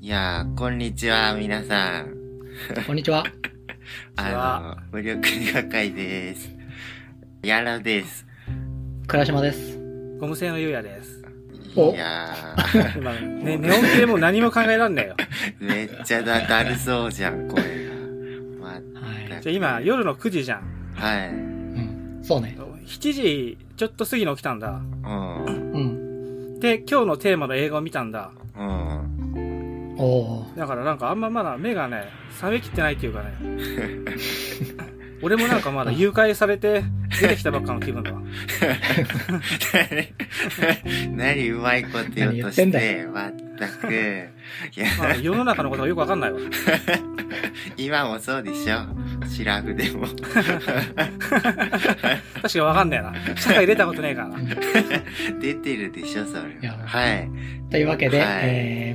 いやー、こんにちは、皆さん。 こんにちは。 無力学会です。やらです。 倉島です。 ゴム製のゆうやです。 いやー。 今ね、寝起きでもう何も考えらんねえよ。 めっちゃだるそうじゃん、声が。 はい。 じゃあ今、夜の9時じゃん。 はい。 うん。そうね。 7時ちょっと過ぎに起きたんだ。 うん。 で、今日のテーマの映画を見たんだ。 うん。 おー。 だからなんかあんままだ目がね、覚めきってないっていうかね。俺もなんかまだ誘拐されて出てきたばっかの気分だわ。 何うまいこと言おうとして、まったく。いや、まあ、世の中のことがよくわかんないわ。 今もそうでしょ、シラフでも。 確かにわかんねえな。社会出たことねえからな。 出てるでしょ、それ。 はい。というわけで、はい、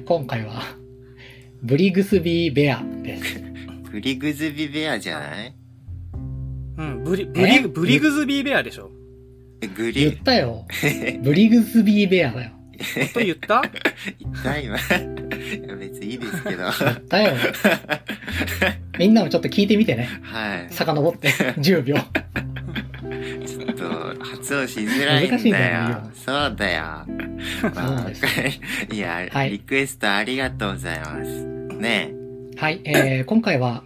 今回は、ブリグスビーベアです。 ブリグズビーベアじゃない？ うん、ブリグズビーベアでしょ。 言ったよ。ブリグズビーベアだよ。 本当言った？ 言った今。いや別にいいですけど。 言ったよ。みんなもちょっと聞いてみてね。 はい。 遡って10秒。 ちょっと発音しづらいんだよ。難しいんだよ。そうだよ。まあ、いや、はい、リクエストありがとうございます。ねえ。はい、今回は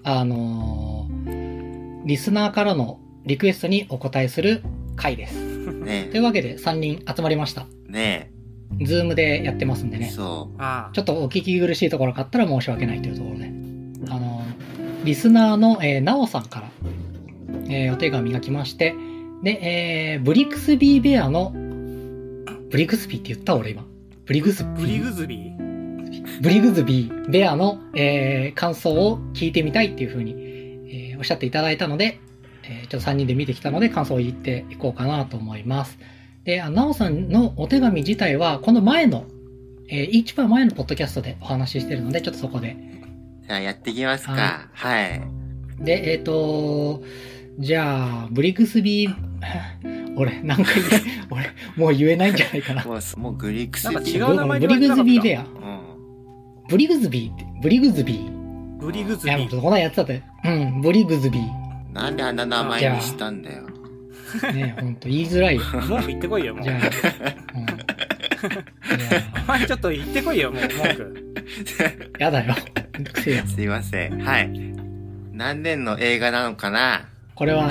リスナーからのリクエストにお答えする回です。 ね。 というわけで3人集まりました。 ね。 ズームでやってますんでね。 そう。 ちょっとお聞き苦しいところがあったら申し訳ないというところで。リスナーの、なおさんから、お手紙が来まして、で、ブリクスビーベアの、ブリグスビーって言った俺今。ブリグズビーベアの、感想を聞いてみたいっていう風に、おっしゃっていただいたので、ちょっと3人で見てきたので感想を言っていこうかなと思います。で、なおさんのお手紙自体は、この前の、一番前のポッドキャストでお話ししてるので、ちょっとそこで。 じゃあやっていきますか。はい。 で、じゃあ、ブリグスビー、俺、なんか俺、もう言えないんじゃないかな。 もうグリクスビー。 なんか違う名前ブリグズビーベア。 うん。 ブリグズビーって、ブリグズビー。いや、もうこんなやつだって。うん、ブリグズビー。 なんであんな名前にしたんだよ。 ねえ、ほんと言いづらいよ。 文句言ってこいよ、もう。 じゃあ、お前ちょっと言ってこいよ、もう、文句。 やだよ。 すいません。はい。何年の映画なのかな？ これは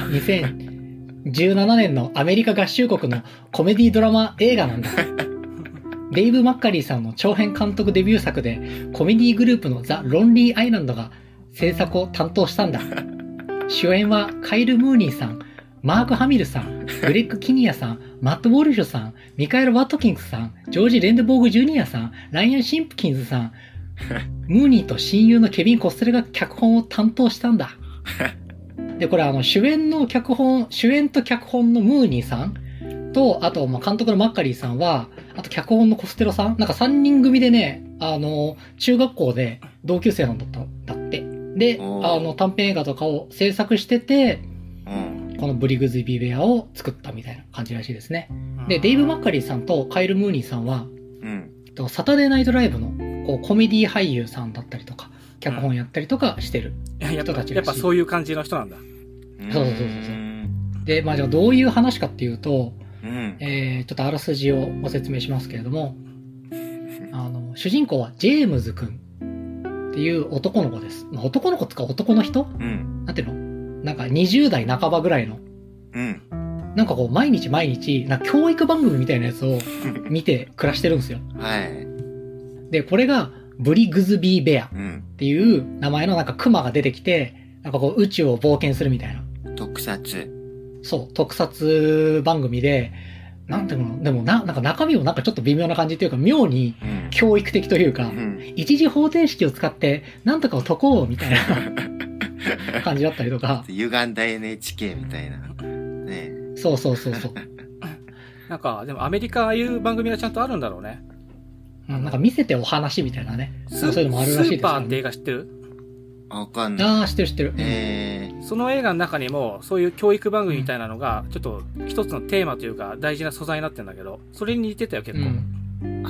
2017年のアメリカ合衆国のコメディドラマ映画なんだ。デイブ・マッカリーさんの長編監督デビュー作で、コメディグループのザ・ロンリー・アイランドが制作を担当したんだ。主演はカイル・ムーニーさん、マーク・ハミルさん、グレッグ・キニアさん、マット・ウォルシュさん、ミカエル・ワットキンスさん、ジョージ・レンデボーグ・ジュニアさん、ライアン・シンプキンズさん、ムーニーと親友のケビン・コステルが脚本を担当したんだ。で、これ主演と脚本のムーニーさんと、あと、監督のマッカリーさんは、あと脚本のコステロさん、なんか3人組でね、中学校で同級生なんだって。で、短編映画とかを制作してて、このブリグズビーベアを作ったみたいな感じらしいですね。で、デイブ・マッカリーさんとカイル・ムーニーさんは、サタデーナイトライブのコメディ俳優さんだったりとか、脚本やったりとかしてる人たちらしい。 やっぱそういう感じの人なんだ。 そう。で、じゃあどういう話かっていうと、ちょっとあらすじをご説明しますけれども、主人公はジェームズくんっていう男の子です。男の子ってか男の人、なんていうの、なんか20代半ばぐらいの。なんか毎日、なんか教育番組みたいなやつを見て暮らしてるんですよ。 はい。で、 これが、ブリグズビーベアっていう名前のなんかクマが出てきて、なんか宇宙を冒険するみたいな。 特撮。 そう、特撮番組で、なんていうの、でもなんか中身もなんかちょっと微妙な感じというか、妙に教育的というか、一次方程式を使ってなんとかを解こうみたいな感じだったりとか。 歪んだ NHK みたいな。ね。 そう。 なんか、でもアメリカああいう番組がちゃんとあるんだろうね。 なんか見せてお話みたいなね。そういうのもあるらしいですからね。 スーパーって映画知ってる？ わかんない。 ああ、知ってる。 その映画の中にも、そういう教育番組みたいなのが、ちょっと一つのテーマというか、大事な素材になってるんだけど、それに似てたよ、結構。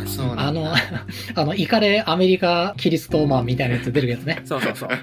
あ、そうなんだ。 イカレアメリカキリストマンみたいなやつ出るやつね。 そうそうそう。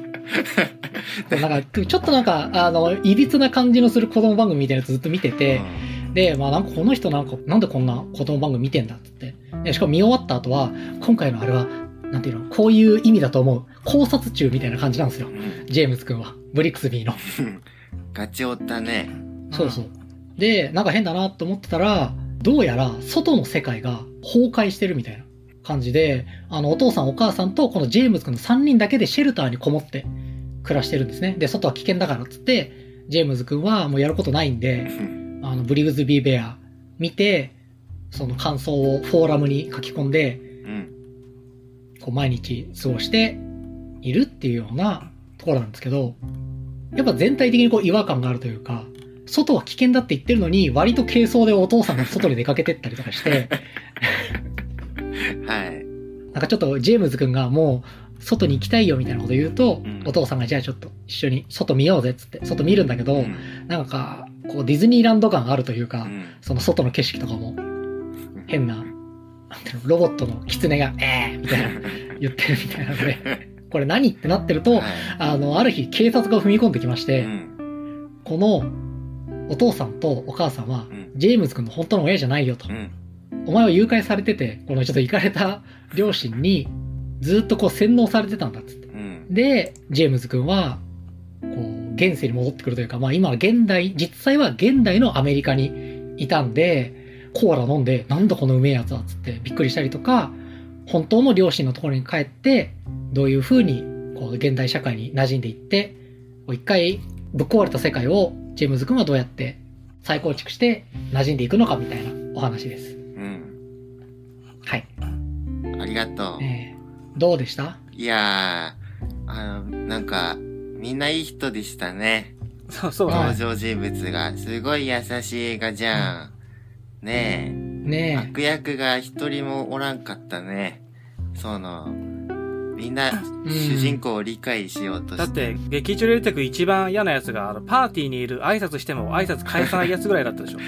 なんか、ちょっとなんか、いびつな感じのする子供番組みたいなやつずっと見てて、で、まあなんかこの人なんでこんな子供番組見てんだって言って。でしかも見終わった後は、今回のあれは、なんていうの、こういう意味だと思う。考察中みたいな感じなんですよ。ジェームズ君は。ブリックスビーの。 ガチオタね。 そうそう。で、なんか変だなと思ってたら、どうやら外の世界が崩壊してるみたいな感じで、お父さんお母さんとこのジェームズ君の3人だけでシェルターにこもって暮らしてるんですね。で、外は危険だからっつって、ジェームズ君はもうやることないんで、ブリグズビーベア見て、その感想をフォーラムに書き込んで、こう毎日過ごしているっていうようなところなんですけど、やっぱ全体的にこう違和感があるというか、外は危険だって言ってるのに、割と軽装でお父さんが外に出かけてったりとかして、 はい。 なんかちょっとジェームズ君がもう外に行きたいよみたいなこと言うと、お父さんがじゃあちょっと一緒に外見ようぜっつって外見るんだけど、なんかこうディズニーランド感あるというか、その外の景色とかも変な、ロボットのキツネがみたいな言ってるみたいなので、これ何ってなってると、ある日警察が踏み込んできまして、このお父さんとお母さんは、ジェームズ君の本当の親じゃないよと。お前は誘拐されてて、このちょっとイカれた両親にずっとこう洗脳されてたんだっつって。で、ジェームズ君は、こう、現世に戻ってくるというか、まあ今は実際は現代のアメリカにいたんで、コーラ飲んで、なんだこのうめえやつはっつってびっくりしたりとか、本当の両親のところに帰って、どういう風に、こう、現代社会に馴染んでいって、一回ぶっ壊れた世界をジェームズ君はどうやって再構築して馴染んでいくのかみたいなお話です。はい。 ありがとう。 どうでした？ いやー、なんか、みんないい人でしたね。 そう。 登場人物が。すごい優しい映画じゃん。ねえ。悪役が一人もおらんかったね。みんな、主人公を理解しようとして。 だって、劇中で出てくる一番嫌なやつが、パーティーにいる挨拶しても挨拶返さないやつぐらいだったでしょ。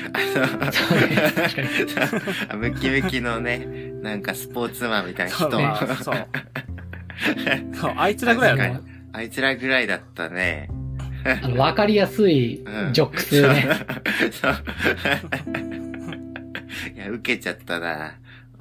ムキムキのね、なんかスポーツマンみたいな人。 そう。あいつらぐらいだった。 あいつらぐらいだったね。 わかりやすいジョックスね。 いや、受けちゃったな。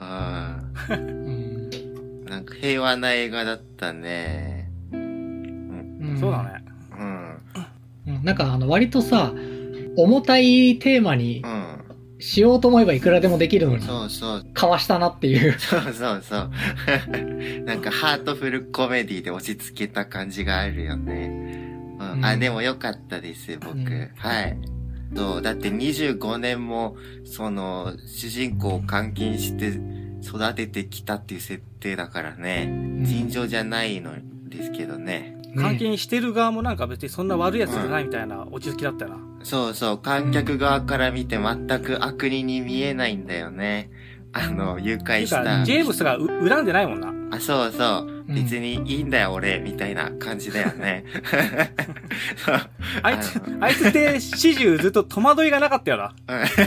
なんか平和な映画だったね。 そうだね。 なんか割とさ、重たいテーマにしようと思えばいくらでもできるのに、かわしたなっていう。 そう。なんかハートフルコメディで落ち着けた感じがあるよね。でもよかったです、僕。はい。だって25年も、主人公を監禁して育ててきたっていう設定だからね。尋常じゃないのですけどね。 監禁してる側もなんか別にそんな悪いやつじゃないみたいな落ち着きだったよな。 そう、観客側から見て全く悪人に見えないんだよね。誘拐した。 ジェームスが恨んでないもんな。 そう。別にいいんだよ、俺、みたいな感じだよね。 あいつって始終ずっと戸惑いがなかったよな。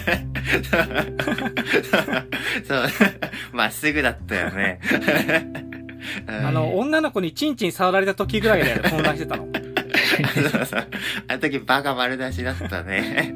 そう。まっすぐだったよね。 女の子にチンチン触られた時ぐらいだよね、混乱してたの。 そう。あの時バカ丸出しだったね。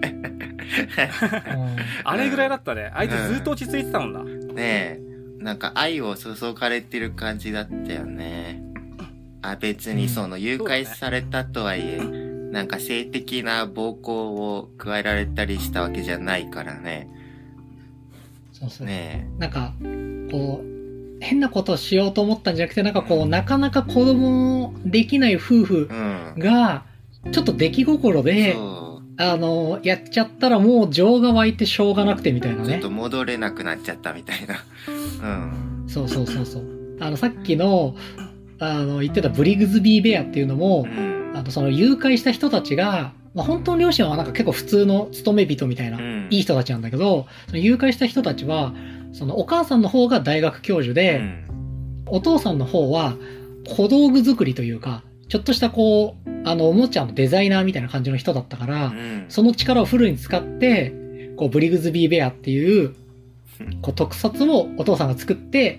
あれぐらいだったね。あいつずっと落ち着いてたもんな。 ねえ。なんか愛を注がれてる感じだったよね。別に誘拐されたとはいえ、なんか性的な暴行を加えられたりしたわけじゃないからね。 そう。 ねえ。なんか、こう、変なことをしようと思ったんじゃなくて、なんかこう、なかなか子供できない夫婦が、ちょっと出来心で、やっちゃったらもう情が湧いてしょうがなくてみたいなね。 ちょっと戻れなくなっちゃったみたいな。 そう。さっきの、言ってたブリグズビーベアっていうのも、その誘拐した人たちが、本当の両親はなんか結構普通の勤め人みたいな、いい人たちなんだけど、その誘拐した人たちは、お母さんの方が大学教授で、お父さんの方は小道具作りというか、ちょっとしたこう、おもちゃのデザイナーみたいな感じの人だったから、その力をフルに使って、こう、ブリグズビーベアっていう、 こう特撮をお父さんが作って、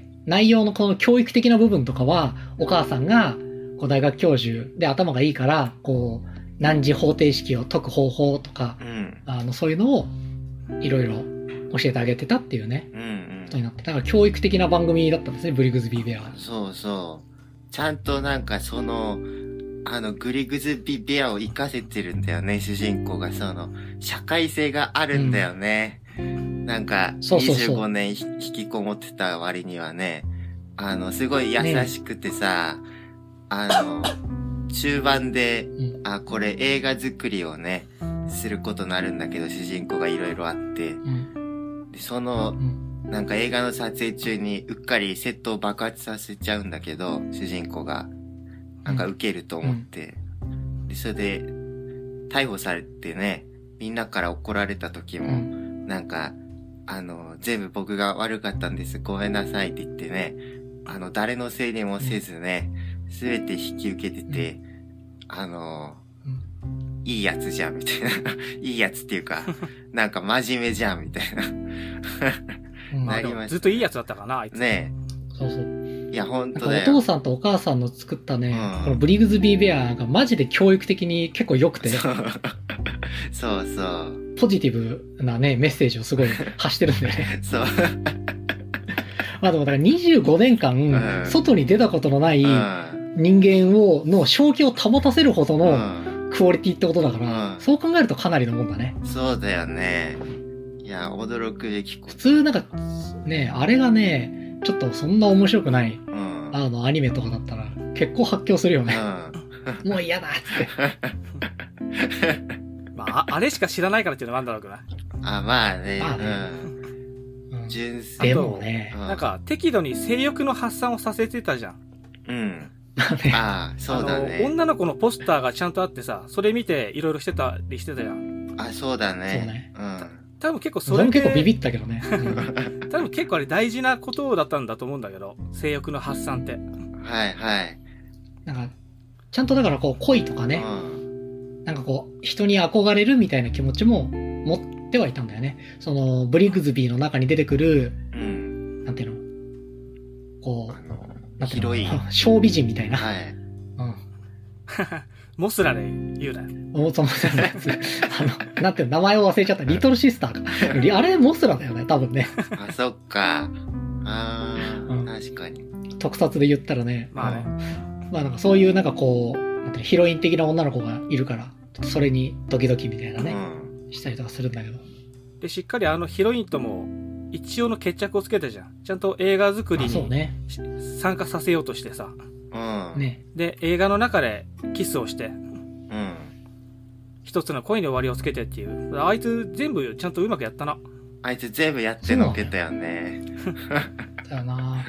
内容のこの教育的な部分とかは、お母さんがこう大学教授で頭がいいから、こう、何次方程式を解く方法とか、そういうのをいろいろ教えてあげてたっていうね、ことになって、だから教育的な番組だったんですね、ブリグズビーベアは。 そうそう。ちゃんとなんかその、グリグズビーベアを活かせてるんだよね、主人公が。その、社会性があるんだよね。なんか、25年引きこもってた割にはね、すごい優しくてさ、中盤で、これ映画作りをね、することになるんだけど、主人公がいろいろあって、でその、なんか映画の撮影中にうっかりセットを爆発させちゃうんだけど、主人公が、なんか受けると思って、で、それで、逮捕されてね、みんなから怒られた時も、なんか、全部僕が悪かったんです、ごめんなさいって言ってね、誰のせいにもせずね、すべて引き受けてて、いいやつじゃん、みたいな。いいやつっていうか、なんか真面目じゃん、みたいな。 なりました。ずっといいやつだったかな、あいつ。 ねえ。そうそう。 いや、ほんとだよ。 お父さんとお母さんの作ったね、このブリグズビーベアがマジで教育的に結構良くて。 そうそう。 ポジティブなね、メッセージをすごい発してるんだよね。 そう。 まあでもだから25年間、外に出たことのない人間の正気を保たせるほどのクオリティってことだから、そう考えるとかなりのもんだね。 そうだよね。いや、驚くべきこと。 普通なんか、ね、あれがね、ちょっとそんな面白くない、アニメとかだったら結構発狂するよね。もう嫌だっつって。 まあ、あれしか知らないからっていうのはあんだろうけどな。 まあね。純粋でもね。 なんか、適度に性欲の発散をさせてたじゃん。 そうだね。 女の子のポスターがちゃんとあってさ、それ見ていろいろしてたりしてたじゃん。 そうだね。 多分結構それで。 結構ビビったけどね。 多分結構あれ大事なことだったんだと思うんだけど、性欲の発散って。 はいはい。 なんか、ちゃんとだからこう恋とかね、なんかこう人に憧れるみたいな気持ちも持ってはいたんだよね。そのブリグズビーの中に出てくる、なんていうの、こう、 ヒロイン、 小美人みたいな。 はい。 モスラで言うなよ。 モスラのやつ。なんていうの、名前を忘れちゃった。リトルシスターか。あれモスラだよね、多分ね。 そっか。確かに。 特撮で言ったらね。 まあね。 まあなんかそういうなんかこう、なんていうの、ヒロイン的な女の子がいるから、ちょっとそれにドキドキみたいなね、したりとかするんだけど。 で、しっかりヒロインとも一応の決着をつけたじゃん。ちゃんと映画作りに参加させようとしてさ。 ね。 で、映画の中でキスをして、一つの恋の終わりをつけてっていう。あいつ全部ちゃんとうまくやったな。 あいつ全部やってのけたよね。 だよな。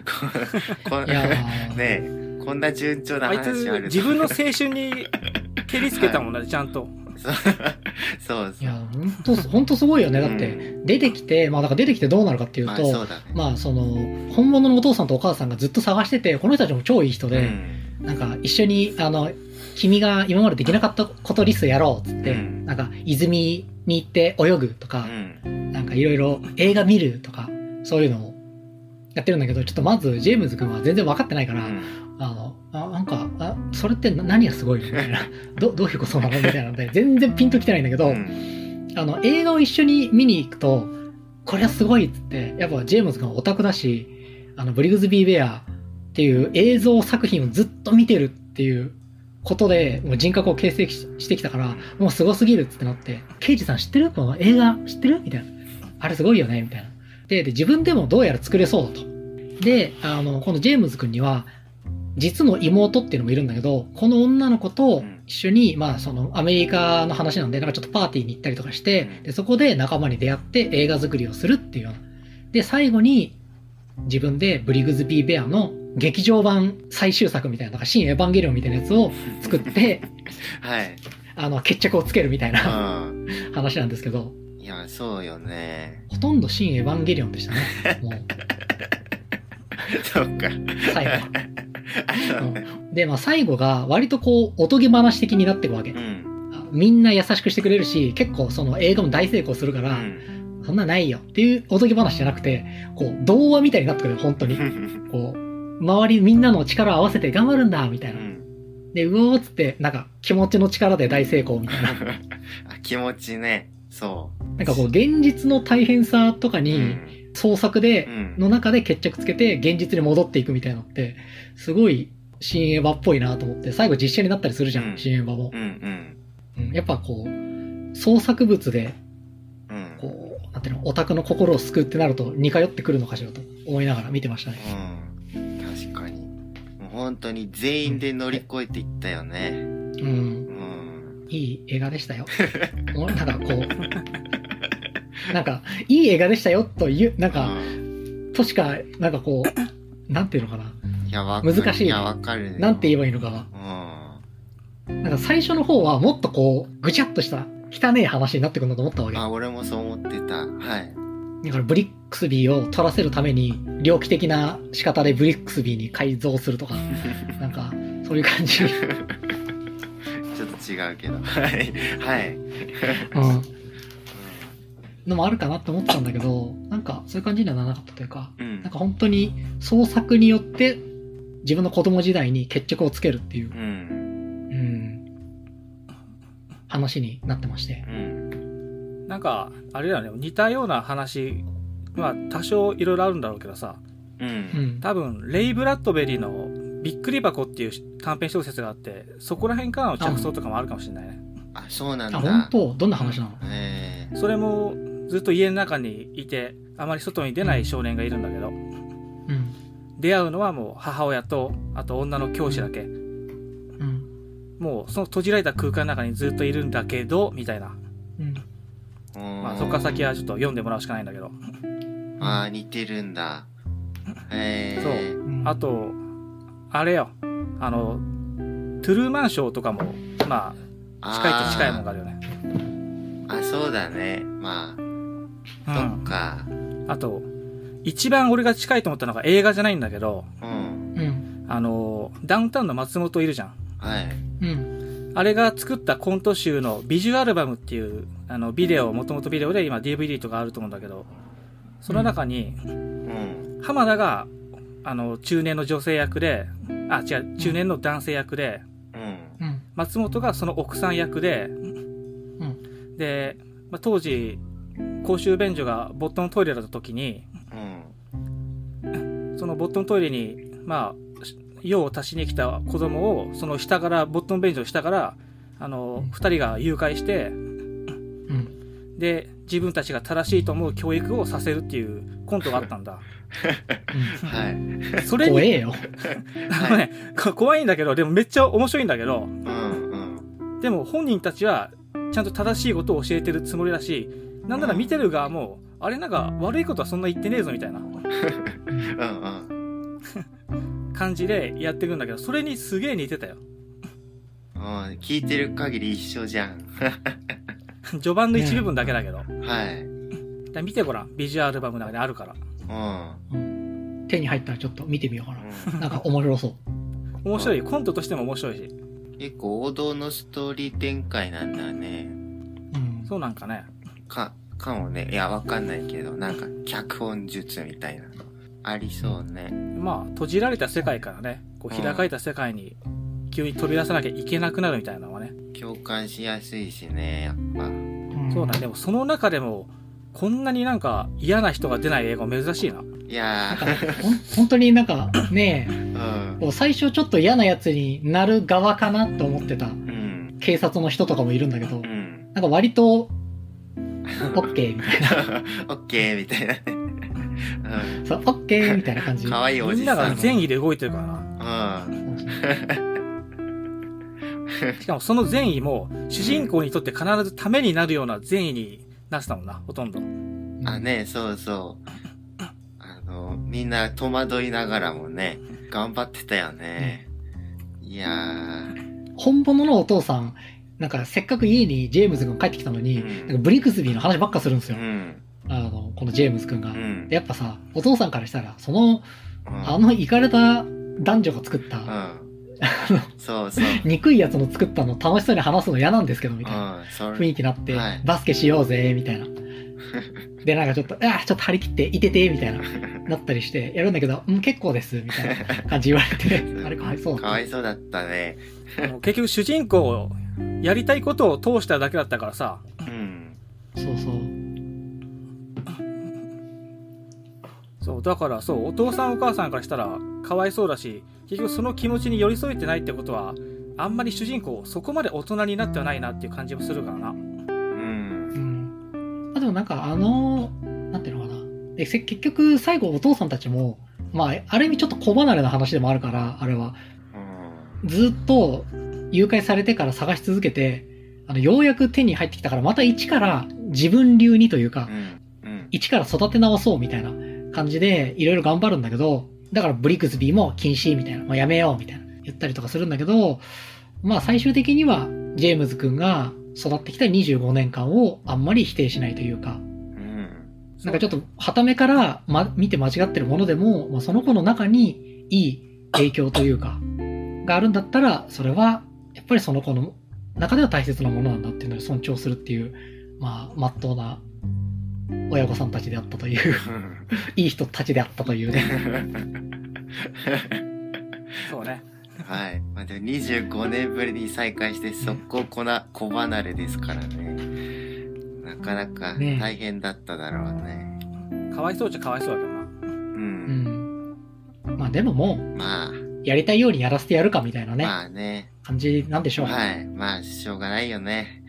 ねえ、こんな順調な話ある。 あいつ自分の青春に蹴りつけたもんね、ちゃんと。 そういや、ほんとすごいよね。だって、出てきて、まあだから出てきてどうなるかっていうと、まあその、本物のお父さんとお母さんがずっと探してて、この人たちも超いい人で、なんか一緒に、君が今までできなかったことリストやろうっつって、なんか泉に行って泳ぐとか、なんかいろいろ映画見るとか、そういうのをやってるんだけど、ちょっとまずジェームズ君は全然分かってないから、なんか、それって何がすごいのみたいな。どういうことなのみたいなので、全然ピンときてないんだけど、映画を一緒に見に行くと、これはすごいっつって、やっぱジェームズ君はオタクだし、ブリグズビーベアっていう映像作品をずっと見てるっていうことで、もう人格を形成してきたから、もうすごすぎるってなって、ケイジさん知ってるこの映画知ってるみたいな。あれすごいよねみたいな。で、自分でもどうやら作れそうだと。で、このジェームズ君には、実の妹っていうのもいるんだけど、この女の子と一緒に、まあそのアメリカの話なんで、なんかちょっとパーティーに行ったりとかして、で、そこで仲間に出会って映画作りをするっていうような。で、最後に自分でブリグズビーベアの劇場版最終作みたいな、なんか新エヴァンゲリオンみたいなやつを作って、 はい。 決着をつけるみたいな話なんですけど。 いや、そうよね。 ほとんど新エヴァンゲリオンでしたね。もう。 そうか。 最後は。で、まあ最後が割とこう、おとぎ話的になっていくわけ。みんな優しくしてくれるし、結構その映画も大成功するから、 そんなないよっていうおとぎ話じゃなくて、こう、童話みたいになってくる、本当に。こう、周りみんなの力を合わせて頑張るんだみたいな。で、うおーっつって、なんか気持ちの力で大成功みたいな。 気持ちね。そう。 なんかこう、現実の大変さとかに、創作で、の中で決着つけて、現実に戻っていくみたいなのって、すごい、新エヴァっぽいなと思って、最後実写になったりするじゃん、新エヴァも。やっぱこう、創作物で、こう、なんていうの、オタクの心を救うってなると、似通ってくるのかしらと思いながら見てましたね。 確かに。もう本当に全員で乗り越えていったよね。いい映画でしたよ。なんかこう、なんか、いい映画でしたよという、なんか、としか、なんかこう、なんていうのかな。難しい。 わかるね。 なんて言えばいいのかな。なんか最初の方はもっとこう、ぐちゃっとした汚い話になってくるんだと思ったわけ。 俺もそう思ってた。はい。 だからブリックスビーを取らせるために、猟奇的な仕方でブリックスビーに改造するとか、なんか、そういう感じ。ちょっと違うけど。はい。はい。 のもあるかなって思ってたんだけど、なんかそういう感じにはならなかったというか、なんか本当に創作によって自分の子供時代に決着をつけるっていう、話になってまして。 なんか、あれだよね、似たような話、まあ多少いろいろあるんだろうけどさ、多分、レイ・ブラッドベリーのびっくり箱っていう短編小説があって、そこら辺からの着想とかもあるかもしれないね。 そうなんだ。 本当？どんな話なの？ それも、ずっと家の中にいて、あまり外に出ない少年がいるんだけど、出会うのはもう母親と、あと女の教師だけ。もうその閉じられた空間の中にずっといるんだけど、みたいな。まあそこから先はちょっと読んでもらうしかないんだけど。 似てるんだ。 そう。あと、あれよ。トゥルーマンショーとかも、まあ、近いと近いものがあるよね。 そうだね。まあ、そっか。 あと、一番俺が近いと思ったのが映画じゃないんだけど、ダウンタウンの松本いるじゃん。 はい。 あれが作ったコント集のビジュアルバムっていう、ビデオ、もともとビデオで今 DVD とかあると思うんだけど、その中に、浜田が、中年の女性役で、中年の男性役で、松本がその奥さん役で、で、まあ、当時、公衆便所がボットントイレだった時に、そのボットントイレに、まあ、用を足しに来た子供を、その下から、ボットン便所の下から、二人が誘拐して、で、自分たちが正しいと思う教育をさせるっていうコントがあったんだ。 はい。 それに、 怖えよ。 怖いんだけど、でもめっちゃ面白いんだけど、でも本人たちは、ちゃんと正しいことを教えてるつもりだし、なんなら見てる側も、あれなんか悪いことはそんな言ってねえぞみたいな感じでやってるんだけど、それにすげえ似てたよ。 聞いてる限り一緒じゃん。 序盤の一部分だけだけど。 はい。 見てごらん、ビジュアルバムの中にあるから。 手に入ったらちょっと見てみようかな。なんか面白そう。 面白い。コントとしても面白いし。 結構王道のストーリー展開なんだね。 そうなんかね。 かもね。いや、わかんないけど、なんか、脚本術みたいなの。ありそうね。 まあ、閉じられた世界からね、こう開かれた世界に、急に飛び出さなきゃいけなくなるみたいなのはね。 共感しやすいしね、やっぱ。 そうだね。でも、その中でも、こんなになんか嫌な人が出ない映画珍しいな。 いやー。本当になんか、ねえ、最初ちょっと嫌なやつになる側かなと思ってた、警察の人とかもいるんだけど、なんか割と、オッケーみたいな。 オッケーみたいなね。 そう、オッケーみたいな感じ。 かわいいおじさん。 みんなが善意で動いてるからな。しかもその善意も、主人公にとって必ずためになるような善意になってたもんな、ほとんど。 ね、そうそう。みんな戸惑いながらもね、頑張ってたよね。いやー。 本物のお父さん、なんかせっかく家にジェームズ君帰ってきたのに、なんかブリクスビーの話ばっかするんですよ。このジェームズ君が。でやっぱさ、お父さんからしたら、イカれた男女が作った、 そうそう。 憎いやつの作ったの楽しそうに話すの嫌なんですけど、みたいな雰囲気になって、バスケしようぜ、みたいなで、なんかちょっと張り切って、いてて、みたいな、なったりして、やるんだけど、結構です、みたいな感じ言われて、あれかわいそうだった。 かわいそうだったね。 結局主人公を、やりたいことを通しただけだったからさ。 うん。 そうそう。 そう、だからそう、お父さんお母さんからしたら、かわいそうだし、結局その気持ちに寄り添えてないってことは、あんまり主人公、そこまで大人になってはないなっていう感じもするからな。うん。 でもなんかなんていうのかな。結局最後お父さんたちも、まあ、ある意味ちょっと子離れの話でもあるから、あれは。ずっと誘拐されてから探し続けて、ようやく手に入ってきたから、また一から自分流にというか、一から育て直そうみたいな感じで、いろいろ頑張るんだけど、だからブリグズビーも禁止みたいな、もうやめようみたいな言ったりとかするんだけど、まあ最終的にはジェームズ君が育ってきた25年間をあんまり否定しないというか、なんかちょっと傍目から見て間違ってるものでも、まあ、その子の中にいい影響というか、があるんだったら、それはやっぱりその子の中では大切なものなんだっていうのを尊重するっていう、まあ、真っ当な親御さんたちであったといういい人たちであったというねそうね。 はい。まあ、でも25年ぶりに再会して速攻子離れですからね。なかなか大変だっただろうね。 かわいそうっちゃかわいそうだけどな。 まあでももう、まあ、やりたいようにやらせてやるかみたいなね。 まあね。 感じなんでしょう。 はい。まあ、しょうがないよね。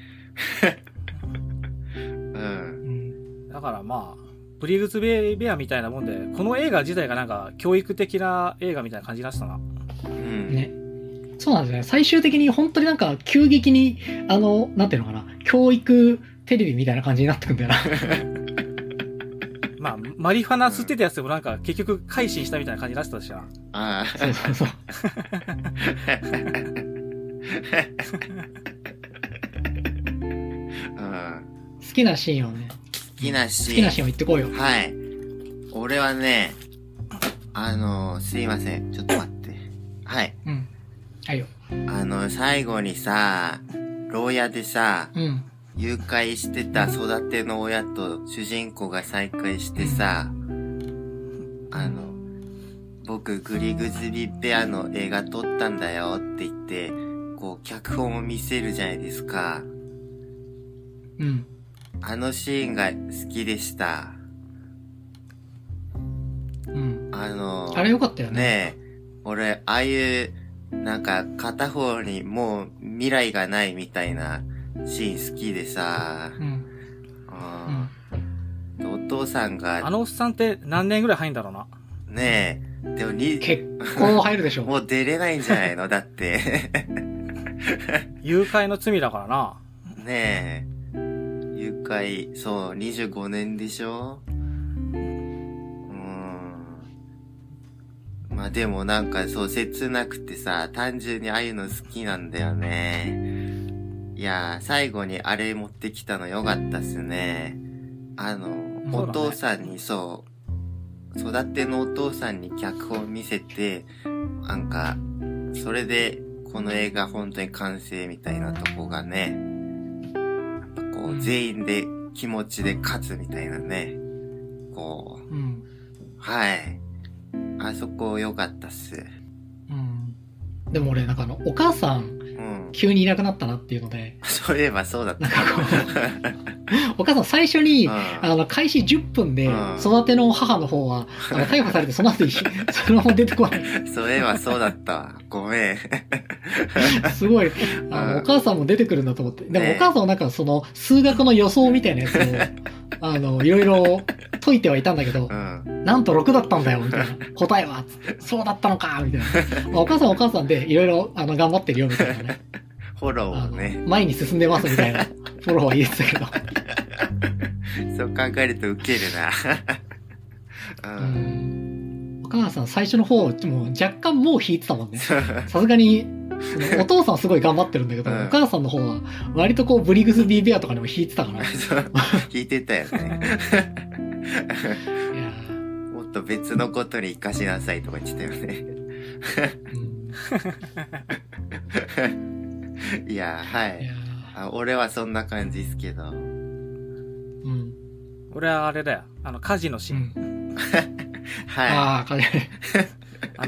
だからまあ、ブリグズベアみたいなもんで、この映画自体がなんか教育的な映画みたいな感じになってたな。 ね。そうなんですね。最終的に本当になんか急激に、なんていうのかな、教育テレビみたいな感じになってくんだよな。 まあ、マリファナ吸ってたやつでもなんか結局改心したみたいな感じになってたしな。 ああ。 そうそうそう。好きなシーンをね。 好きなシーンを言ってこうよ。 はい。俺はね、すいません。ちょっと待って。はい。 はいよ。 最後にさ、牢屋でさ、誘拐してた育ての親と主人公が再会してさ、僕グリグズビベアの映画撮ったんだよって言って、こう脚本を見せるじゃないですか。あのシーンが好きでした。 あれよかったよね。 ねえ、俺、ああいう、なんか片方にもう未来がないみたいなシーン好きでさ、お父さんが、 あのおっさんって何年ぐらい入んだろうな。 ねえ、でも結構入るでしょ。 もう出れないんじゃないのだって。 誘拐の罪だからな。 ねえ、誘拐、そう、25年でしょ？まあでもなんかそう切なくてさ、単純にああいうの好きなんだよね。いやー、最後にあれ持ってきたのよかったっすね。お父さんに育てのお父さんに脚本見せて、なんか、それでこの映画本当に完成みたいなとこがね、やっぱこう全員で気持ちで勝つみたいなね。こう、はい。あそこ良かったっす。 でも俺なんかお母さん、急にいなくなったなっていうので。 そういえばそうだった。 お母さん最初に、開始10分で、育ての母の方は、逮捕されてその後に、そのまま出てこない。 そういえばそうだったわ。ごめん。 すごい、お母さんも出てくるんだと思って。でもお母さんはなんか数学の予想みたいなやつを、いろいろ解いてはいたんだけど、なんと6だったんだよ、みたいな。答えは、そうだったのか、みたいな。お母さんはお母さんで、いろいろ、頑張ってるよ、みたいなね。 フォローをね。 前に進んでます、みたいな。フォローは言えてたけど。 そう考えるとウケるな。 お母さん最初の方、もう若干もう引いてたもんね。さすがに、お父さんはすごい頑張ってるんだけど、お母さんの方は、割とこう、ブリグズビーベアとかにも引いてたから。 引いてたよね。もっと別のことに活かしなさいとか言ってたよね。いや、はい。俺はそんな感じですけど。 俺はあれだよ。火事のシーン。 うん、 はい。 ああ、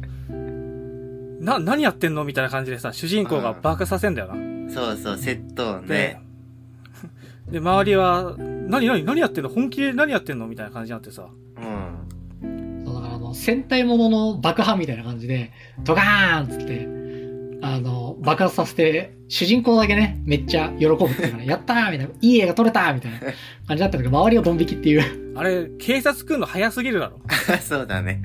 何やってんのみたいな感じでさ、主人公が爆破させんだよな。 そうそう、窃盗ね。 で、周りは、何やってんの本気で何やってんのみたいな感じになってさ。 うん。 そうだから戦隊ものの爆破みたいな感じで、ドカーンっつって、爆発させて、主人公だけね、めっちゃ喜ぶっていうかね、やったーみたいな、いい絵が撮れたーみたいな感じだったんだけど、周りがドン引きっていう。 あれ、警察来んの早すぎるだろ。 そうだね。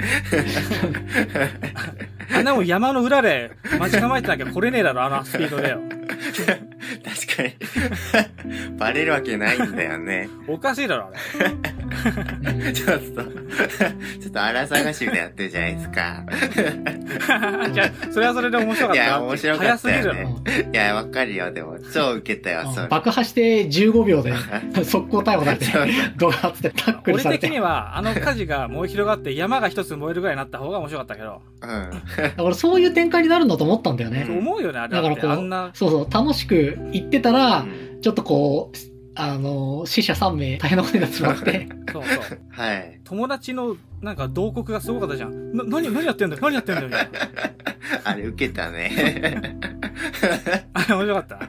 あんなもん山の裏で待ち構えてなきゃ来れねえだろ、あのスピードでよ。 確かに。バレるわけないんだよね。 おかしいだろ、あれ。ちょっと荒探しでやってるじゃないですか。 じゃあ、それはそれで面白かった。いや、面白かったよね。 早すぎるいや、わかるよ、でも。超ウケたよ、それ。 爆破して15秒で速攻逮捕されて、ドガーってタックルされて。 俺的には、火事が燃え広がって山が一つ燃えるぐらいになった方が面白かったけど。 うん。 だからそういう展開になるんだと思ったんだよね。 思うよね、あれだからこう、そう、楽しく行ってたら、ちょっとこう、死者3名大変なことになってしまって。 そう。 はい。 友達の、なんか、慟哭がすごかったじゃん。何やってんだよみたいな。 あれ、受けたね。 あれ、面白かった。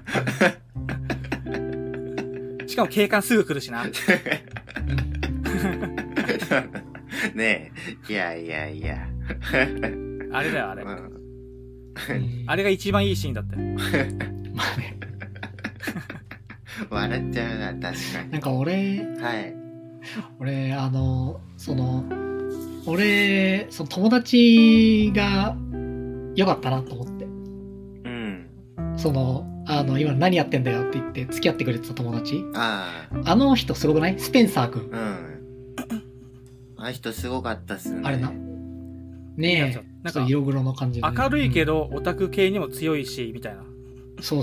しかも警官すぐ来るしな。 ねえ。いや。 あれだよ、あれ。あれが一番いいシーンだったよ。 まあね。 笑っちゃうな、確かに。 なんか俺、 はい。 俺、友達が良かったなと思って。 うん。 今何やってんだよって言って付き合ってくれてた友達。 あの人すごくない？スペンサーくん。 うん。あの人すごかったっすね。 あれな。ねえ、なんか色黒の感じで、ね。 明るいけど、オタク系にも強いし、みたいな。 そう。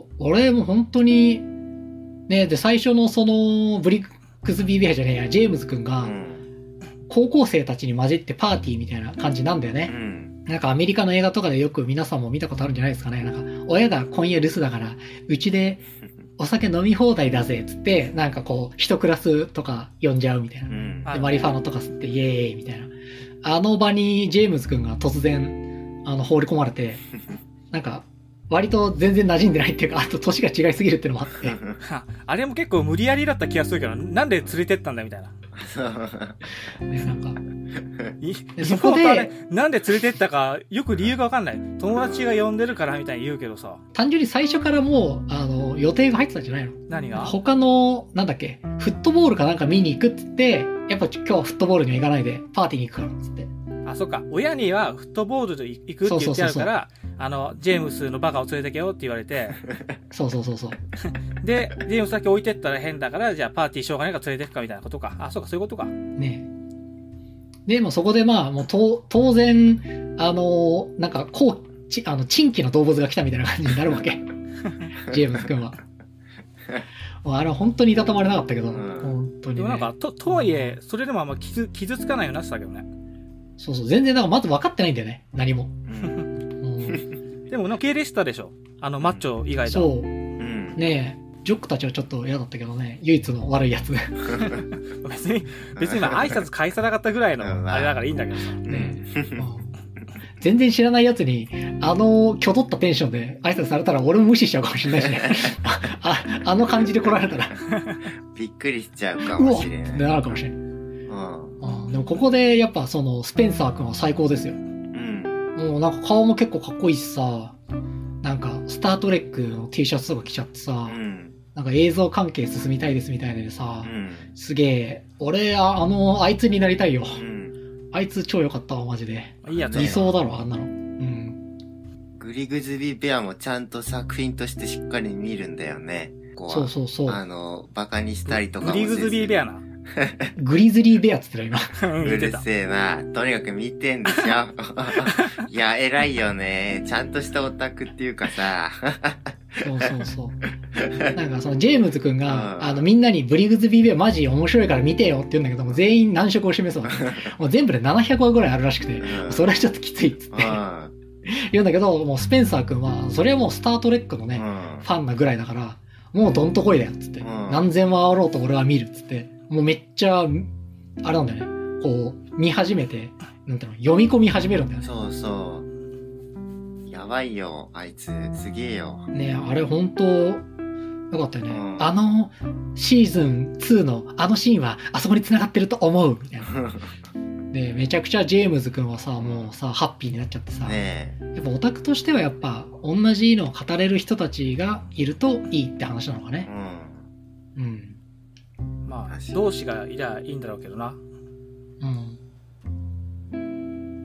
俺も本当に、ね、で、最初のブリックスビーベアじゃねえや、ジェームズくんが、高校生たちに混じってパーティーみたいな感じなんだよね。なんかアメリカの映画とかでよく皆さんも見たことあるんじゃないですかね。なんか、親が今夜留守だから、うちでお酒飲み放題だぜ、つって、なんかこう、一クラスとか呼んじゃうみたいな。で、マリファノとか吸って、イエーイみたいな。あの場にジェームズくんが突然、放り込まれて、なんか、割と全然馴染んでないっていうか、あと年が違いすぎるっていうのもあって。 あれも結構無理やりだった気がするけど、なんで連れてったんだみたいな。 ね、なんか。 そこで、なんで連れてったか、よく理由がわかんない。友達が呼んでるからみたいに言うけどさ。 単純に最初からもう、予定が入ってたんじゃないの？ 何が？ 他の、なんだっけ、フットボールかなんか見に行くっつって、やっぱ今日はフットボールには行かないで、パーティーに行くからっつって。 あ、そっか。親にはフットボールで行くって言ってあるから、ジェームスのバカを連れてけよって言われて。 そう。 で、ジェームスだけ置いてったら変だから、じゃあパーティーしょうがないから連れてくかみたいなことか。あ、そうか、そういうことか。 ねえ。で、もそこでまあ、もう当然、なんか、珍奇な動物が来たみたいな感じになるわけ。ジェームス君は。もうあれは本当にいたたまれなかったけど、本当に、ね。 でもなんか、とはいえ、それでもあんま傷つかないようになってたけどね。 そう、全然なんかまず分かってないんだよね、何も。 でも、受け入れしたでしょ。マッチョ以外だ。 そう。ねえ、ジョックたちはちょっと嫌だったけどね、唯一の悪いやつ。別に挨拶返さなかったぐらいの、あれだからいいんだけどさ。ね全然知らないやつに、きょどったテンションで挨拶されたら俺も無視しちゃうかもしれないしね。あの感じで来られたら。 びっくりしちゃうかもしれない。 ってなるかもしれない。でもここでやっぱスペンサー君は最高ですよ。もうなんか顔も結構かっこいいしさ、なんかスタートレックの T シャツとか着ちゃってさ、なんか映像関係進みたいですみたいでさ、すげえ、俺あいつになりたいよ。あいつ超良かったわ、マジで。 いいやつ理想だろ、あんなの。 グリグズビーベアもちゃんと作品としてしっかり見るんだよね。 そう。 バカにしたりとかもせず。 グリグズビーベアな。 グリズリーベアって言ってた今。 うるせえな。とにかく見てんでしょ。いや、偉いよね。ちゃんとしたオタクっていうかさ。 そう。なんかジェームズくんが、みんなにブリグズビーベアマジ面白いから見てよって言うんだけども、全員難色を示そう。もう全部で700話ぐらいあるらしくて、それはちょっときついっつって。言うんだけど、もうスペンサーくんは、それはもうスタートレックのね、ファンなぐらいだから、もうどんとこいだよっつって。何千話あろうと俺は見るっつって。 もうめっちゃ、あれなんだよね。こう、見始めて、なんていうの、読み込み始めるんだよね。 そうそう。やばいよ、あいつ。すげえよ。 ね、あれ本当よかったよね。シーズン2のあのシーンはあそこに繋がってると思うみたいな。で、めちゃくちゃジェームズ君はさ、もうさ、ハッピーになっちゃってさ。 ねえ。 やっぱオタクとしてはやっぱ、同じのを語れる人たちがいるといいって話なのかね。うん。 まあ、同志がいりゃいいんだろうけどな。 うん。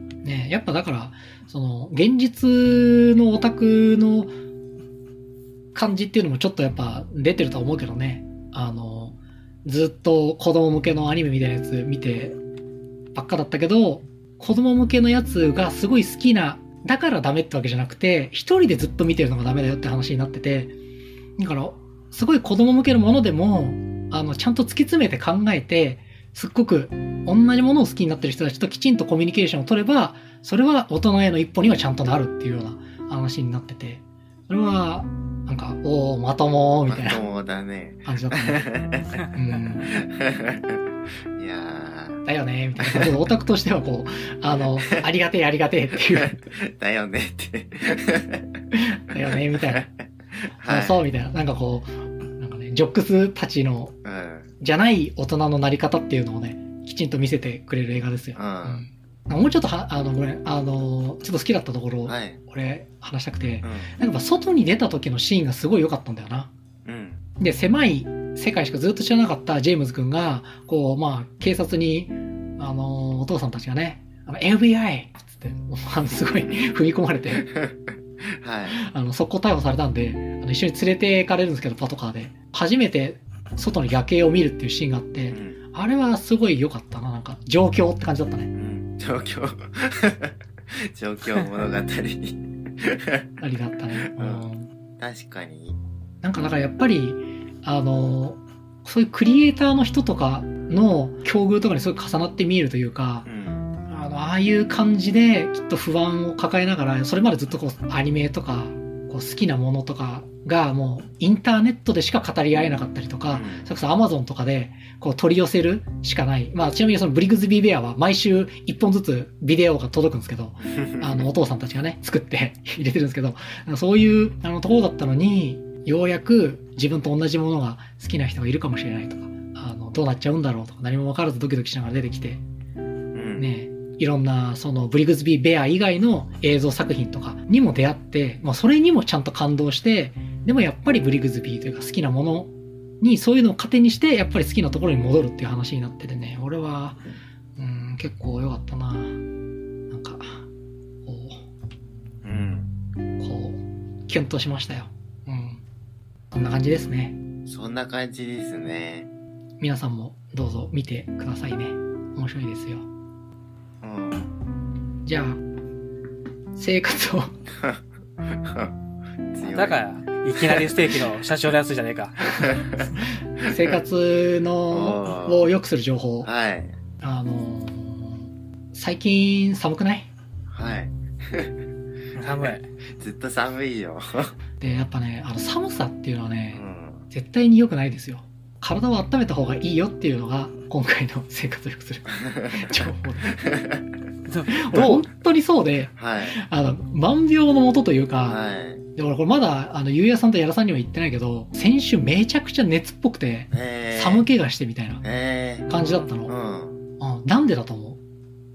ねえ、やっぱだから、その、現実のオタクの感じっていうのもちょっとやっぱ出てると思うけどね。ずっと子供向けのアニメみたいなやつ見てばっかだったけど、子供向けのやつがすごい好きな、だからダメってわけじゃなくて、一人でずっと見てるのがダメだよって話になってて、だから、すごい子供向けのものでも、ちゃんと突き詰めて考えて、すっごく同じものを好きになってる人たちときちんとコミュニケーションを取れば、それは大人への一歩にはちゃんとなるっていうような話になってて、それは、なんか、おー、まともー、みたいな。 まともだね。 感じだったね。 いやー。だよねー、みたいな感じで、オタクとしてはこう、ありがてえ、ありがてえっていう。 だよねって。 だよねー、みたいな。はい、そう、みたいな。なんかこう、なんかね、ジョックスたちの、じゃない大人のなり方っていうのをね、きちんと見せてくれる映画ですよ。もうちょっとごめん、ちょっと好きだったところ、はい、俺話したくて、なんか外に出た時のシーンがすごい良かったんだよな。で、狭い世界しかずっと知らなかったジェームズ君が、こう、まあ、警察に、お父さんたちがね、FBI! つって、すごい踏み込まれて、はい。速攻逮捕されたんで、一緒に連れて行かれるんですけど、パトカーで。初めて外の夜景を見るっていうシーンがあって、あれはすごい良かったな。なんか、状況って感じだったね。 状況物語ありだったね。 確かに。 なんかだからやっぱり、そういうクリエイターの人とかの境遇とかにすごい重なって見えるというか、ああいう感じできっと不安を抱えながら、それまでずっとこうアニメとか、こう好きなものとかがもうインターネットでしか語り合えなかったりとか、それこそ Amazon とかでこう取り寄せるしかない。まあちなみにそのブリグズビーベアは毎週1本ずつビデオが届くんですけど、お父さんたちがね、作って入れてるんですけど、そういうところだったのに、ようやく自分と同じものが好きな人がいるかもしれないとか、どうなっちゃうんだろうとか、何も分からずドキドキしながら出てきて、ね、いろんなそのブリグズビーベア以外の映像作品とかにも出会って、まあそれにもちゃんと感動して、でもやっぱりブリグズビーというか好きなものにそういうのを糧にしてやっぱり好きなところに戻るっていう話になっててね、俺は結構良かったな。なんかこうキュンとしましたよ。こんな感じですね。 そんな感じですね。 皆さんもどうぞ見てくださいね。面白いですよ。じゃあ生活をだからいきなりステーキの社長のやつじゃねえか。 生活のを良くする情報。 はい。 最近寒くない？ はい。 寒い。 ずっと寒いよ。 でやっぱね、寒さっていうのはね、絶対に良くないですよ。体を温めた方がいいよっていうのが今回の生活を良くする情報で。本当にそうで、 はい、 万病のもとというか、 はい、 で俺これまだゆうやさんとやらさんには言ってないけど、先週めちゃくちゃ熱っぽくて、寒気がしてみたいな感じだったの。なんでだと思う？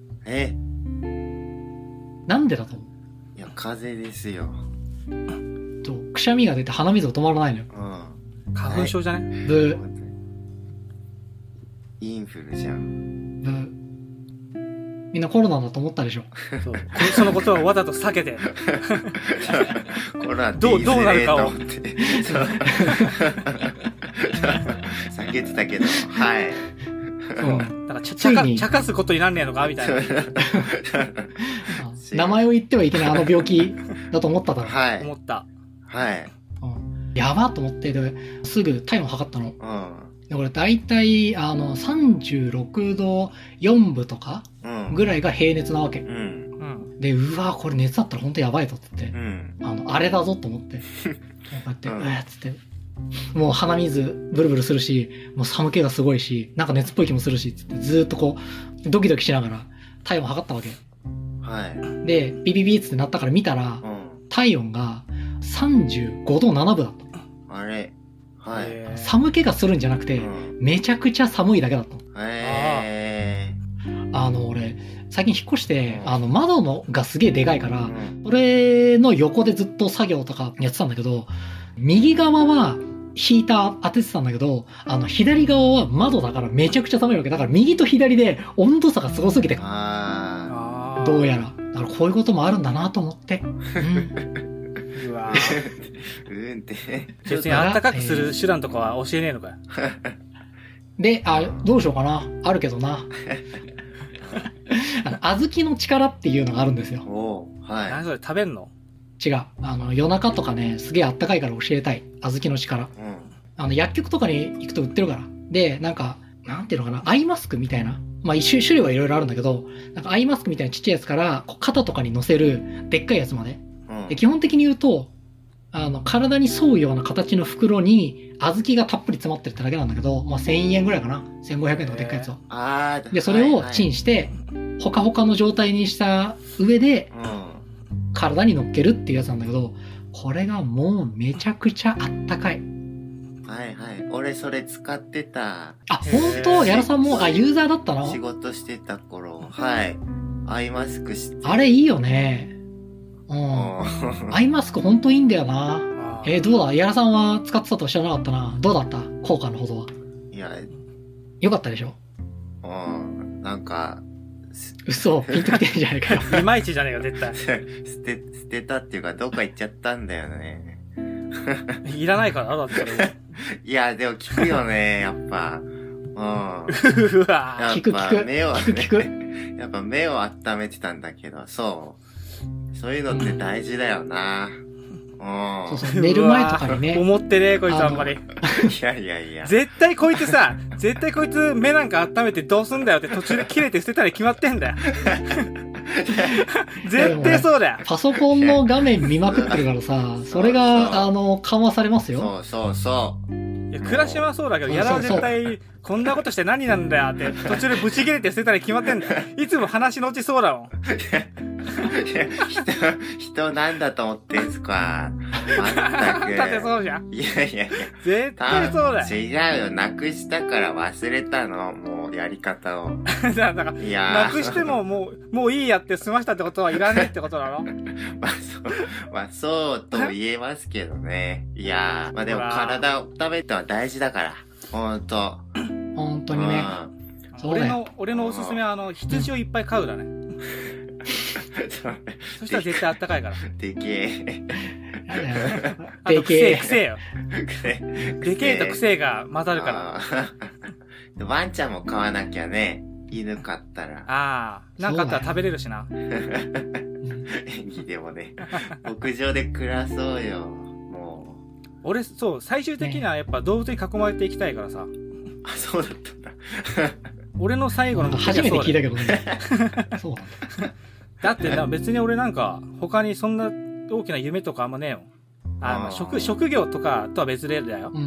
なんでだと思う？ いや、風邪ですよ。 くしゃみが出て鼻水が止まらないのよ。 花粉症じゃない？ ブー。 インフルじゃん。 ブー。みんなコロナだと思ったでしょ。 そう。そのことをわざと避けて。 コロナどうなるかを。 避けてたけど、はい。 だから茶化すことになんねえのかみたいな。 名前を言ってはいけない病気だと思っただろ。 はい。 思った。 はい。 やばと思って、すぐ体温測ったの。で俺大体36度4分とかぐらいが平熱なわけ。で、うわこれ熱あったら本当やばいぞってって、あれだぞと思って、こうやって、つってもう鼻水ブルブルするし、もう寒気がすごいし、なんか熱っぽい気もするし、つってずーっとこう、ドキドキしながら体温測ったわけ。 はい。 で、ビビビーってなったから見たら、体温が35度7分だった。 あれはい。 寒気がするんじゃなくて、めちゃくちゃ寒いだけだった。俺、最近引っ越して、窓のがすげえでかいから、それの横でずっと作業とかやってたんだけど、右側はヒーター当ててたんだけど、左側は窓だからめちゃくちゃ寒いわけ。だから右と左で温度差がすごすぎて。どうやら。だからこういうこともあるんだなと思って。 うわうんって。 別にあったかくする手段とかは教えねえのかよ。 で、どうしようかな。あるけどな。小豆の力っていうのがあるんですよ。 はい。 何それ食べんの？ 違う。夜中とかね、すげえあったかいから教えたい。小豆の力。薬局とかに行くと売ってるから。で、なんか、なんていうのかな、アイマスクみたいな。まあ、種類はいろいろあるんだけど、なんかアイマスクみたいなちっちゃいやつから、肩とかに乗せるでっかいやつまで。で基本的に言うと、体に沿うような形の袋に、小豆がたっぷり詰まってるってだけなんだけど、まあ、1000円ぐらいかな。1500円とかでっかいやつを。で、それをチンして、ほかほかの状態にした上で、体に乗っけるっていうやつなんだけど、これがもうめちゃくちゃあったかい。 はいはい。俺それ使ってた。 本当？やらさんも、ユーザーだったの？ 仕事してた頃。はい。アイマスクして。 あれいいよね。アイマスクほんといいんだよな。どうだ？やらさんは使ってたと知らなかったな。どうだった？効果のほどは。 いや、 よかったでしょ？ なんか、 嘘、ピンときてんじゃないかよ。 いまいちじゃねえよ、絶対。 捨てたっていうか、どっか行っちゃったんだよね。 いらないからだってそれは。 いや、でも効くよね、やっぱ。 うわ聞く。 目をね、やっぱ目を温めてたんだけど、そういうのって大事だよな。 そうそう、寝る前とかにね。 思ってね、こいつあんまり。 いや。 絶対こいつ目なんか温めてどうすんだよって途中で切れて捨てたに決まってんだよ。絶対そうだよ。 パソコンの画面見まくってるからさ、それが、緩和されますよ。 そう。 いや、暮らしはそうだけど、やらは絶対、こんなことして何なんだよって、途中でブチ切れて捨てたに決まってんだよ。いつも話のうちそうだもん。 人なんだと思ってんすか。まったく。 だってそうじゃん。 いや。 絶対そうだよ。 違うよ。なくしたから忘れたの。もう、やり方を。 だから、なくしてももういいやって済ましたってことはいらねえってことなの？ そうとも言えますけどね。いやでも体を温めるのは大事だから。本当にね。 俺のおすすめは羊をいっぱい飼うだね。そしたら絶対あったかいから。 でけえ。 あと癖よ。でけえと癖が混ざるから。 ワンちゃんも飼わなきゃね。犬飼ったら。 なんかあったら食べれるしな。 演技でもね。牧場で暮らそうよ。もう。 俺、最終的にはやっぱ動物に囲まれていきたいからさ。 そうだったんだ。 俺の最後の初めて聞いたけどね。そうなんだ。 だって別に俺なんか他にそんな大きな夢とかあんまねえよ。職業とかとは別でだよ。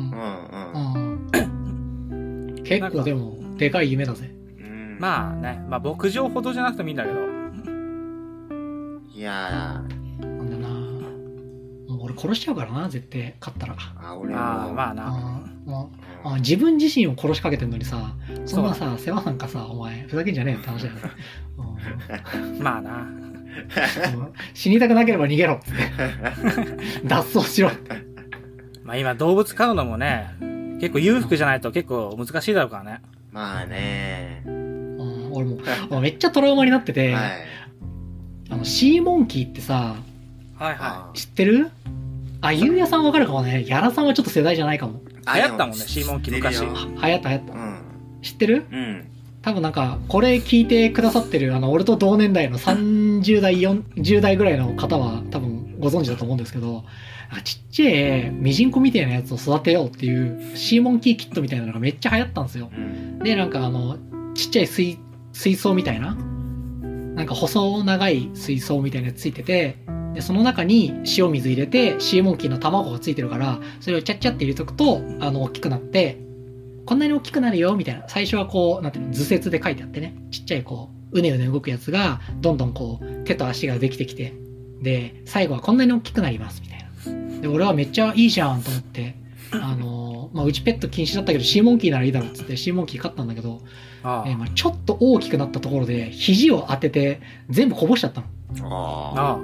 結構でもでかい夢だぜ。 まあね、牧場ほどじゃなくてもいいんだけど。 いやなんだな。もう俺殺しちゃうからな、絶対勝ったら。 俺も。 まあな。 自分自身を殺しかけてんのにさ、そんなさ、世話なんかさ、お前、ふざけんじゃねえよって話だよ。 まあな。 死にたくなければ逃げろって。脱走しろ。 今動物飼うのもね、結構裕福じゃないと結構難しいだろうからね。 まあね。 俺もめっちゃトラウマになってて、シーモンキーってさ、知ってる？ゆうやさんわかるかもね。やらさんはちょっと世代じゃないかも。 流行ったもんね、シーモンキー昔。流行った。知ってる？多分なんか、これ聞いてくださってる、俺と同年代の30代、40代ぐらいの方は多分ご存知だと思うんですけど、ちっちゃいミジンコみたいなやつを育てようっていうシーモンキーキットみたいなのがめっちゃ流行ったんですよ。で、なんかちっちゃい水槽みたいな、なんか細長い水槽みたいなやつついてて、 で、その中に塩水入れて、シーモンキーの卵がついてるから、それをチャッチャって入れとくと、大きくなって、こんなに大きくなるよ、みたいな。最初はこう、なんていうの、図説で書いてあってね。ちっちゃいこう、うねうね動くやつが、どんどんこう、手と足ができてきて、で、最後はこんなに大きくなります、みたいな。で、俺はめっちゃいいじゃん、と思って、うちペット禁止だったけど、シーモンキーならいいだろ、つってシーモンキー買ったんだけど、ちょっと大きくなったところで、肘を当てて、全部こぼしちゃったの。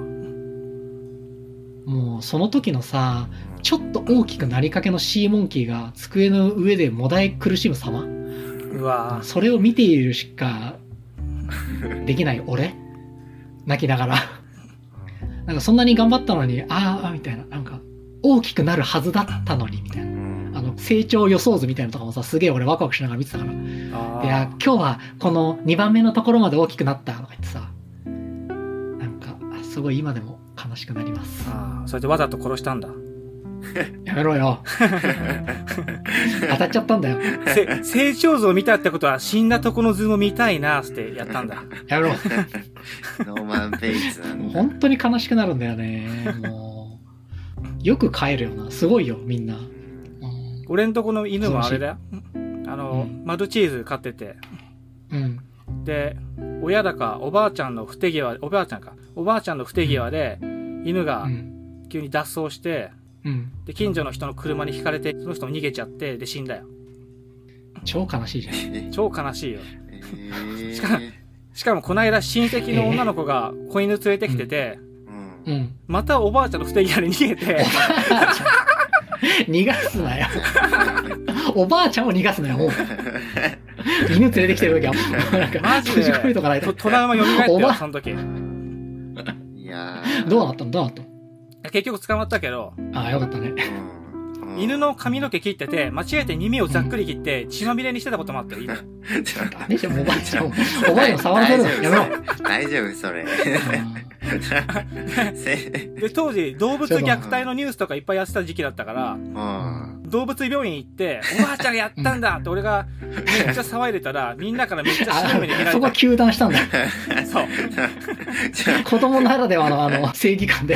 もう、その時のさ、ちょっと大きくなりかけのシーモンキーが机の上でもだえ苦しむ様。 うわそれを見ているしかできない俺泣きながらなんかそんなに頑張ったのにみたいな、なんか大きくなるはずだったのにみたいな、成長予想図みたいなのとかもさ、すげえ俺ワクワクしながら見てたから、いや今日はこの2番目のところまで大きくなったとか言ってさ、なんかすごい今でも悲しくなります。 それでわざと殺したんだ。 やめろよ当たっちゃったんだよ。 成長図を見たってことは死んだとこの図も見たいなってやったんだ。 やめろノーマンベイツなんだ。 本当に悲しくなるんだよね。もうよく飼えるよな、すごいよみんな。 俺んとこの犬もあれだよ、マルチーズ飼ってて、で親だかおばあちゃんの不手際で犬が急に脱走して、で近所の人の車にひかれて、その人も逃げちゃって、で死んだよ。 超悲しいじゃん。 超悲しいよ。しかもこの間親戚の女の子が子犬連れてきてて、またおばあちゃんの不手際で逃げて逃がすなよおばあちゃんを逃がすなよ。もう犬連れてきてる時はなんかマジでトラウマ蘇ってよ、その時。 いやどうなったの結局捕まったけど。 よかったね。 犬の髪の毛切ってて、間違えて耳をざっくり切って血まみれにしてたこともあったよ、犬。 ダメじゃん、おばあちゃん。おばあちゃん触らせるのやめろ。 大丈夫、それ。 で、当時、動物虐待のニュースとかいっぱいやってた時期だったから、動物病院行って、おばあちゃんがやったんだって俺がめっちゃ騒いでたら、みんんなからめっちゃ白い目で見られた。 そこは糾弾したんだ。 そう。 子供ならではの正義感で。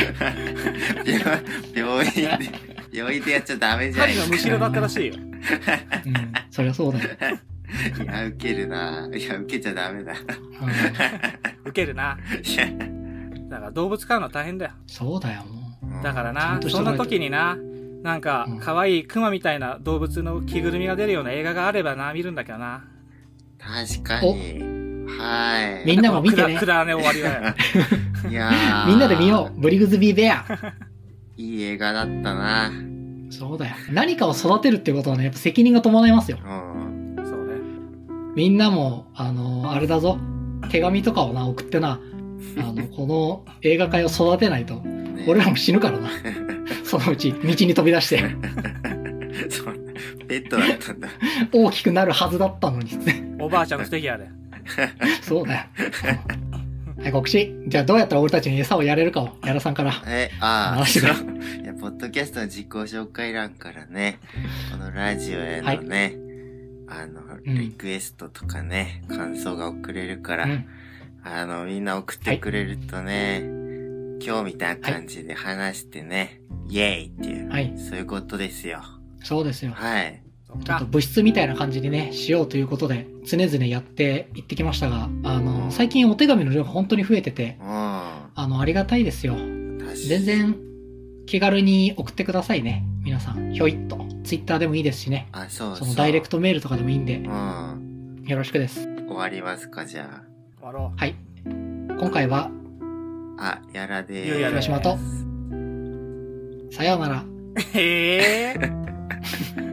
病院でやっちゃダメじゃん。 針のむしろだったらしいよ。 そりゃそうだよ。 いや、ウケるな。いや、ウケちゃダメだ。 ウケるな。だから動物飼うのは大変だよ。 そうだよ、 もう。だからな、そんな時にな、なんか、可愛いクマみたいな動物の着ぐるみが出るような映画があればな、見るんだけどな。 確かに。はい。 みんなも見てね。 くだらね終わりだよ。 いやー。 みんなで見よう。ブリグズビーベア。 いい映画だったな。 そうだよ。何かを育てるってことはね、やっぱ責任が伴いますよ。 そうね。 みんなも、あれだぞ。手紙とかをな、送ってな、この映画界を育てないと、俺らも死ぬからな。そのうち、道に飛び出して。 そう、ペットだったんだ。 大きくなるはずだったのに。 おばあちゃんの不手際で。 そうだよ。はい、告知。じゃあどうやったら俺たちに餌をやれるかを、矢田さんから。 いや、ポッドキャストの自己紹介欄からね、このラジオへのね、リクエストとかね、感想が送れるから、みんな送ってくれるとね、今日みたいな感じで話してね、イエーイっていう、そういうことですよ。 そうですよ。 はい。 ちょっと物質みたいな感じにね、しようということで、常々やっていってきましたが、最近お手紙の量が本当に増えてて、ありがたいですよ。全然、気軽に送ってくださいね。皆さん、ひょいっと。ツイッターでもいいですしね。そのダイレクトメールとかでもいいんで、よろしくです。 終わりますか、じゃあ。 終わろう。 はい。今回は、 やらでーす。 広島と、さようなら。 へー。